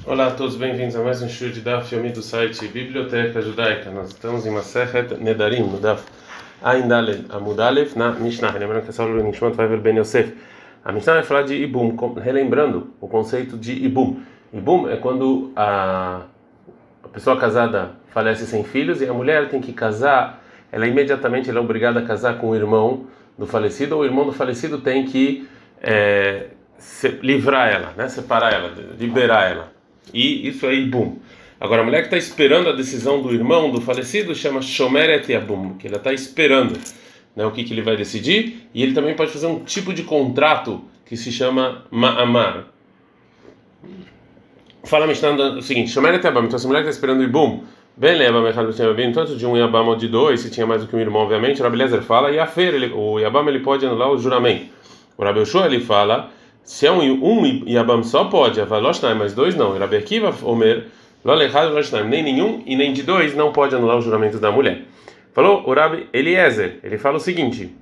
Olá a todos, bem-vindos a mais um show de Daf Yomi do site Biblioteca Judaica. Nós estamos em Masechet Nedarim, no Daf Ain Daled Amud Aleph, na Mishnah. Lembrando que essa aula do Nishmat vai ver Ben Yosef. A Mishnah vai falar de Ibum, relembrando o conceito de Ibum. Ibum é quando a pessoa casada falece sem filhos e a mulher tem que casar, ela imediatamente é obrigada a casar com o irmão do falecido, ou o irmão do falecido tem que livrar ela, né? Separar ela, liberar ela. E isso é Ibum. Agora, a mulher que está esperando a decisão do irmão do falecido chama Shomeret Yabum, que ela está esperando, né, o que ele vai decidir, e ele também pode fazer um tipo de contrato que se chama Ma'amar. Fala a Mishnah o seguinte: Shomeret Yabum, então essa mulher que está esperando o Ibum, bem leva tanto de um Yabam ou de dois, se tinha mais do que um irmão, obviamente. O Rabi Eliezer fala, e a Fer, o Yabam ele pode anular o juramento. O Rabi Yoshua ele fala, se é um Yabam só pode, Avaloshnai, mas dois não. Rabi Akiva Omer, nem nenhum e nem de dois não pode anular o juramento da mulher. Falou o Rabi Eliezer, ele fala o seguinte: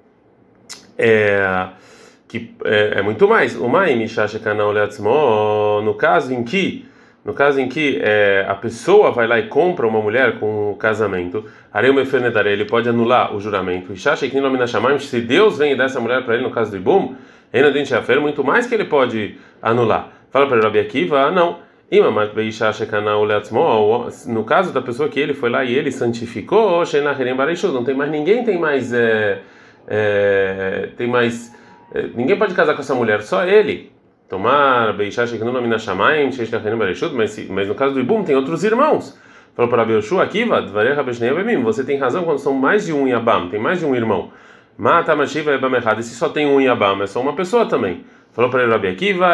que é muito mais. O Maim Shashekanau Leatzmo, no caso em que a pessoa vai lá e compra uma mulher com o casamento, ele pode anular o juramento. Se Deus vem e dá essa mulher para ele no caso do Ibum, muito mais que ele pode anular. Fala para o Rabi Akiva, não. No caso da pessoa que ele foi lá e ele santificou, não tem mais ninguém, ninguém pode casar com essa mulher, só ele. Tomar mas no caso do Ibum tem outros irmãos. Falou para Rabi Yoshua, Akiva, você tem razão quando são mais de um Yabam, tem mais de um irmão. Mata Mashiva Yabam errado. E se só tem um Yabam, é só uma pessoa também. Falou para ele Rabi Akiva,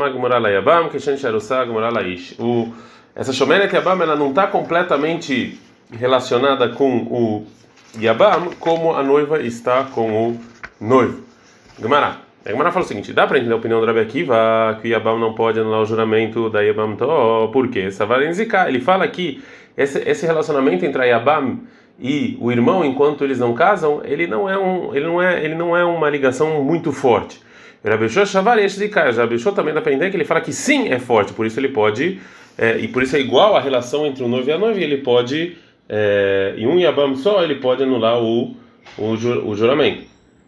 essa Shomeret Yabam ela não está completamente relacionada com o Yabam como a noiva está com o noivo. Gemara. A Gemara fala o seguinte: dá para entender a opinião do Rabi Akiva que o Yabam não pode anular o juramento da Yabam To, por quê? Ele fala que esse relacionamento entre a Yabam e o irmão, enquanto eles não casam, ele não é uma ligação muito forte. O Rabi Yoshua também dá para entender que ele fala que sim, é forte, por isso ele pode, e por isso é igual a relação entre o noivo e a noiva, ele pode, em um Yabam só, ele pode anular o juramento.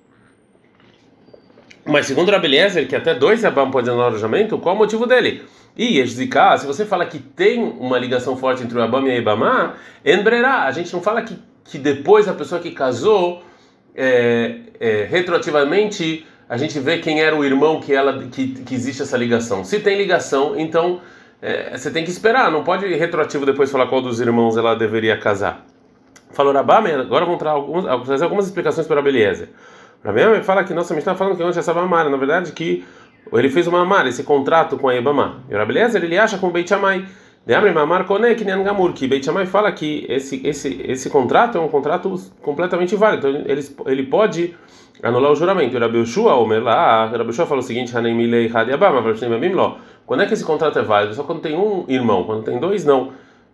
Mas segundo o Rabi Eliezer, que até dois Yabam podem anular o juramento, qual o motivo dele? E se você fala que tem uma ligação forte entre o Yabam e a Ibamá, Enbrerá, a gente não fala que depois a pessoa que casou, retroativamente, a gente vê quem era o irmão que existe essa ligação. Se tem ligação, então você tem que esperar, não pode retroativo depois falar qual dos irmãos ela deveria casar. Falou Rabá, agora vamos trazer algumas explicações para o Rabi Eliezer. O Rabi fala que nossa Mishnah está falando que antes essa Amara, na verdade que ele fez uma Amara, esse contrato com a Ibamá. E o Rabi Eliezer ele acha com o Beit Shammai, que Beit Shammai fala que esse contrato é um contrato completamente válido, então ele pode anular o juramento. O Rabi Yoshua, o Rabi Yoshua fala o seguinte: quando é que esse contrato é válido? Só quando tem um irmão, quando tem dois, não.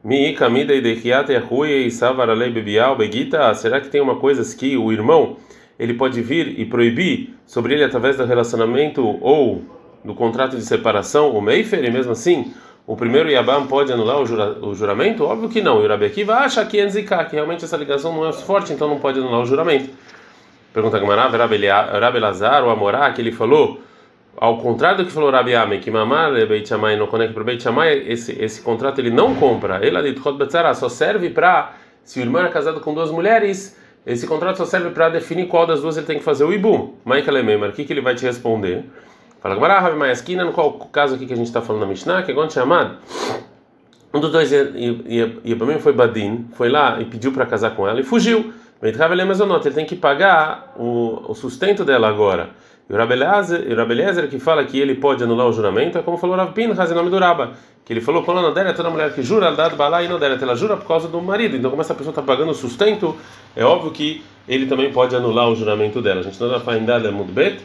Será que tem uma coisa que o irmão ele pode vir e proibir sobre ele através do relacionamento ou do contrato de separação, o Meifer, e mesmo assim o primeiro Yabam pode anular o juramento? Óbvio que não. E o Rabi Akiva acha que que realmente essa ligação não é forte, então não pode anular o juramento. Pergunta a Gemara, Rabi Elazar, o Amorá, que ele falou, ao contrário do que falou Rabi Ame, que Mamar Beit Shammai não conecta para Beit Shammai, esse contrato ele não compra, ele só serve para, se o irmão é casado com duas mulheres, esse contrato só serve para definir qual das duas ele tem que fazer o Ibum. O que ele vai te responder? Fala Gemara, Rabi Maiaskina, no qual caso aqui que a gente está falando na Mishnah, que é quando chamado, um dos dois Yabamim foi Badin, foi lá e pediu para casar com ela e fugiu. Ele tem que pagar o sustento dela agora. E o Rabi Eliezer que fala que ele pode anular o juramento, é como falou Rav Pinchas em nome do Rabba, que ele falou: quando não der, toda mulher que jura, ela jura por causa do marido. Então, como essa pessoa está pagando o sustento, é óbvio que ele também pode anular o juramento dela. A gente não vai ainda Mudbet.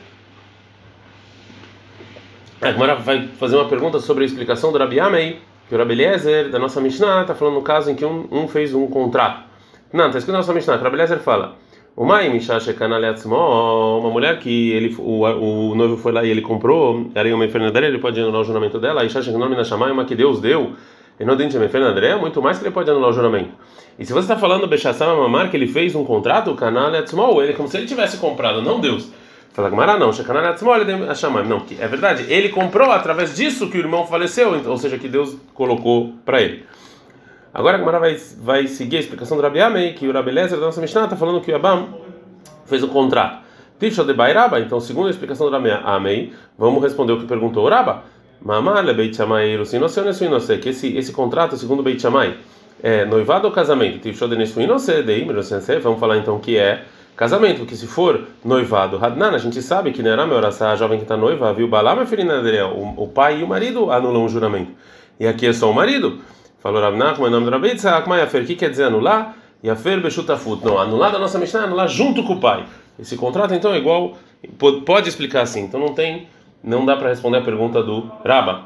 Agora vai fazer uma pergunta sobre a explicação do Rabi Amei, que o Rabi Eliezer, da nossa Mishnah, está falando no caso em que um fez um contrato. Não, está escrito na nossa Mishnah, que o Rabi Eliezer fala: Uma uma mulher que o noivo foi lá e ele comprou, era uma enfermeira, ele pode anular o juramento dela, uma que Deus deu, e não tem enfermeira, muito mais que ele pode anular o juramento. E se você está falando Bechassama Mamar, que ele fez um contrato, o canal é ele como se ele tivesse comprado, não Deus. Fala Gamara, não, não, é verdade, ele comprou através disso que o irmão faleceu, ou seja, que Deus colocou para ele. Agora a Gamara vai seguir a explicação do Rabi Amei, que o Rabi Eliezer da nossa Mishnah está falando que o Yabam fez um contrato. Tifshel de Bairaba, então, segundo a explicação do Rabi Amei, vamos responder o que perguntou o Raba. Mamar le Beit Shammai Irusinose ou Nesuinose, que esse contrato, segundo o Beit Shammai, é noivado ou casamento? Tifshel de Nesuinose, de Imirusinose, vamos falar então que é casamento, porque se for noivado, Hadnan, a gente sabe que Nerame Orassá, a jovem que está noiva, viu Balam e Firinadre, o pai e o marido anulam o juramento. E aqui é só o marido. Falou Rav Nachman, em nome do Rabi Yitzhak, o que quer dizer anular? Yafer beshutafut. Não, anular da nossa Mishnah, anular junto com o pai. Esse contrato então é igual, pode explicar assim. Então não dá para responder a pergunta do Raba.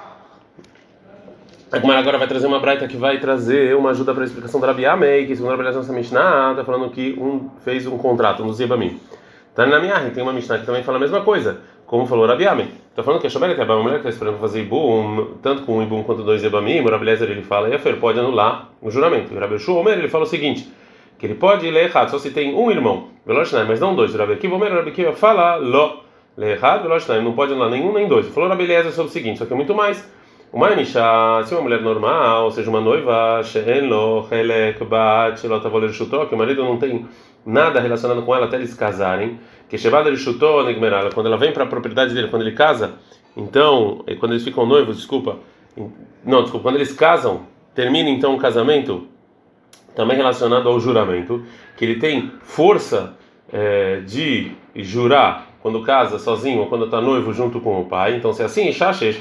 A Gemara agora vai trazer uma braita que vai trazer uma ajuda para a explicação do Rabi Amei, que segundo a Rabi nossa Mishnah, está falando que fez um contrato no Zebamim. Tá na minha tem uma Mishnah que também fala a mesma coisa, como falou Rabi Amei. Está falando que a Shomer uma mulher que está esperando fazer Ibum, tanto com um Ibum quanto dois Zebamim, o Rabi Eliezer ele fala, Yafer pode anular o juramento. O Rabi Shomer ele fala o seguinte, que ele pode ler errado, só se tem um irmão, Veloshnai, mas não dois. O Rabi Akiva, o Rabi Akiva fala, Lo, ler errado, Veloshnai, não pode anular nenhum nem dois. Falou o Rabi Eliezer sobre o seguinte, só que é muito mais. Uma Misha, se uma mulher normal, ou seja, uma noiva, Shehenlo, Helek, Bat, Lotavoler Shutó, que o marido não tem nada relacionado com ela até eles casarem, que Shevada Shutó, Negmerala, quando ela vem para a propriedade dele, quando ele casa, então, quando eles ficam noivos, quando eles casam, termina então o casamento, também relacionado ao juramento, que ele tem força de jurar quando casa sozinho ou quando está noivo junto com o pai. Então, se é assim,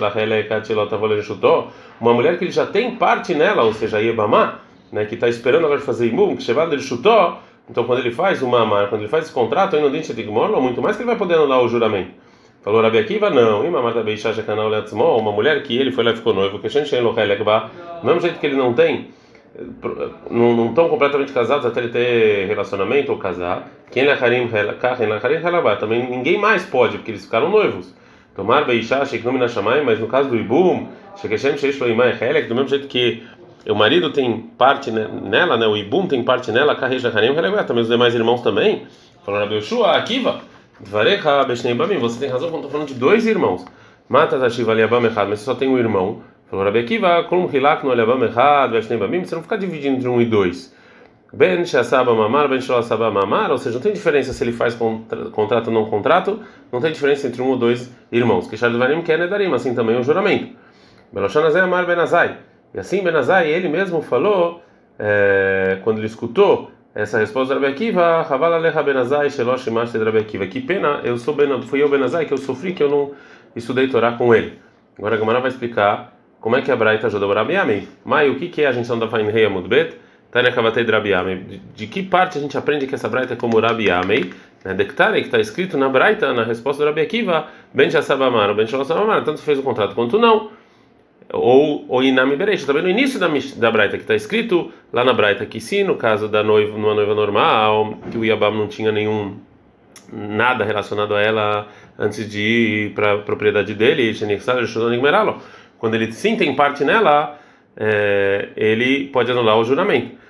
uma mulher que ele já tem parte nela, ou seja, Yebamá, né, que está esperando agora fazer Imum, que chegava ele chutou, então quando ele faz quando ele faz esse contrato, aí não deixa de muito mais que ele vai poder anular o juramento. Falou Rabi Akiva, não, uma mulher que ele foi lá e ficou noivo, que do mesmo jeito que ele não estão completamente casados até ele ter relacionamento ou casar. Quem também ninguém mais pode, porque eles ficaram noivos. Tomar Beisha, mas no caso do Ibum, do mesmo jeito que o marido tem parte nela, né? O Ibum tem parte nela, também os demais irmãos também. Falou Rabi Yoshua, Akiva, você tem razão quando estou falando de dois irmãos. Mata Tashiva Liabam Echad, mas você só tem um irmão. Falou Rabi Akiva, você não fica dividindo entre 1 e 2. Ben Shasaba Mamar, Ben Shasaba Mamar, ou seja, não tem diferença se ele faz contrato ou não contrato, não tem diferença entre 1 ou 2 irmãos. Que Shadvarim quer Nedarim, assim também o juramento. Beloshanazai Amar Benazai. E assim Benazai, ele mesmo falou, quando ele escutou essa resposta do Rabi Akiva, Havala Lecha Benazai, Shelosh Imash de Rabi Akiva. Que pena, fui eu Benazai que eu sofri, que eu não estudei Torá com ele. Agora a Gemara vai explicar como é que a Braita ajuda o Rabi Amei. Mai, o que é a junção da Fain Rei Amudbet? Tânia Kavatei de Rabi Amei. De que parte a gente aprende que essa Braita é como Rabi Amei? Dektare, que está escrito na Braita, na resposta do Rabi Akiva, Ben Shassabamar, Ben Shassabamar, tanto fez o contrato quanto não. Ou Inami Bereich, também no início da Braita, que está escrito lá na Braita, que se no caso da noiva, numa noiva normal, que o Yabam não tinha nada relacionado a ela antes de ir para a propriedade dele, quando ele sim tem parte nela, ele pode anular o juramento.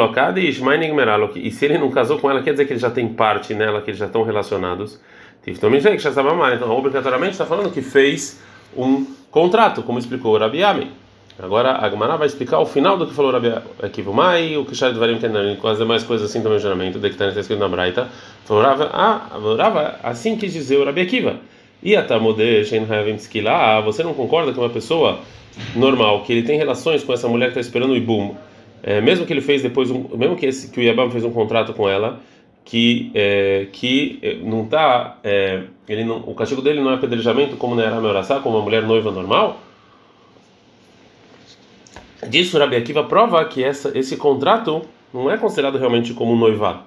E se ele não casou com ela, quer dizer que ele já tem parte nela, que eles já estão relacionados. Então, obrigatoriamente está falando que fez um contrato, como explicou o Rabi Amei. Agora a Gemara vai explicar o final do que falou o Rabi Akiva, o que Shad Varim Kenarim, com as demais coisas assim também o juramento, de que está escrito na Braita. Falava, assim quis dizer o Rabi Akiva. Você não concorda que uma pessoa normal, que ele tem relações com essa mulher que está esperando o Ibum, mesmo que ele fez depois, mesmo que o Yabam fez um contrato com ela, que não está, o castigo dele não é apedrejamento como na Era Meorassá, como uma mulher noiva normal? Disso Rabi Akiva prova que esse contrato não é considerado realmente como um noivado.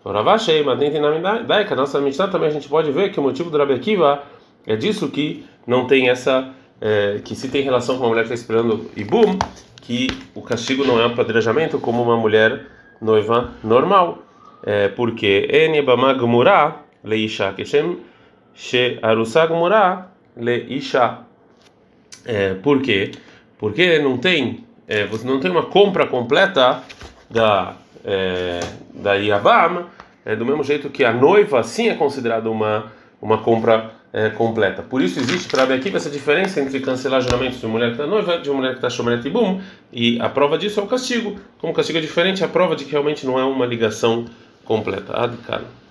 Na nossa Mishnah também a gente pode ver que o motivo do Rabi Akiva é disso que não tem que se tem relação com uma mulher que está esperando Ibum, que o castigo não é um apedrejamento como uma mulher noiva normal. Porque Enebama Gmurá leisha keshem she arusa Gmurá leisha. Por quê? Porque você não tem uma compra completa da Yabam, do mesmo jeito que a noiva sim é considerada uma compra completa. Por isso existe para aqui essa diferença entre cancelar juramentos de uma mulher que está noiva e de uma mulher que está shomeret ibum, e a prova disso é o castigo. Como o castigo é diferente, a prova de que realmente não é uma ligação completa. Cara.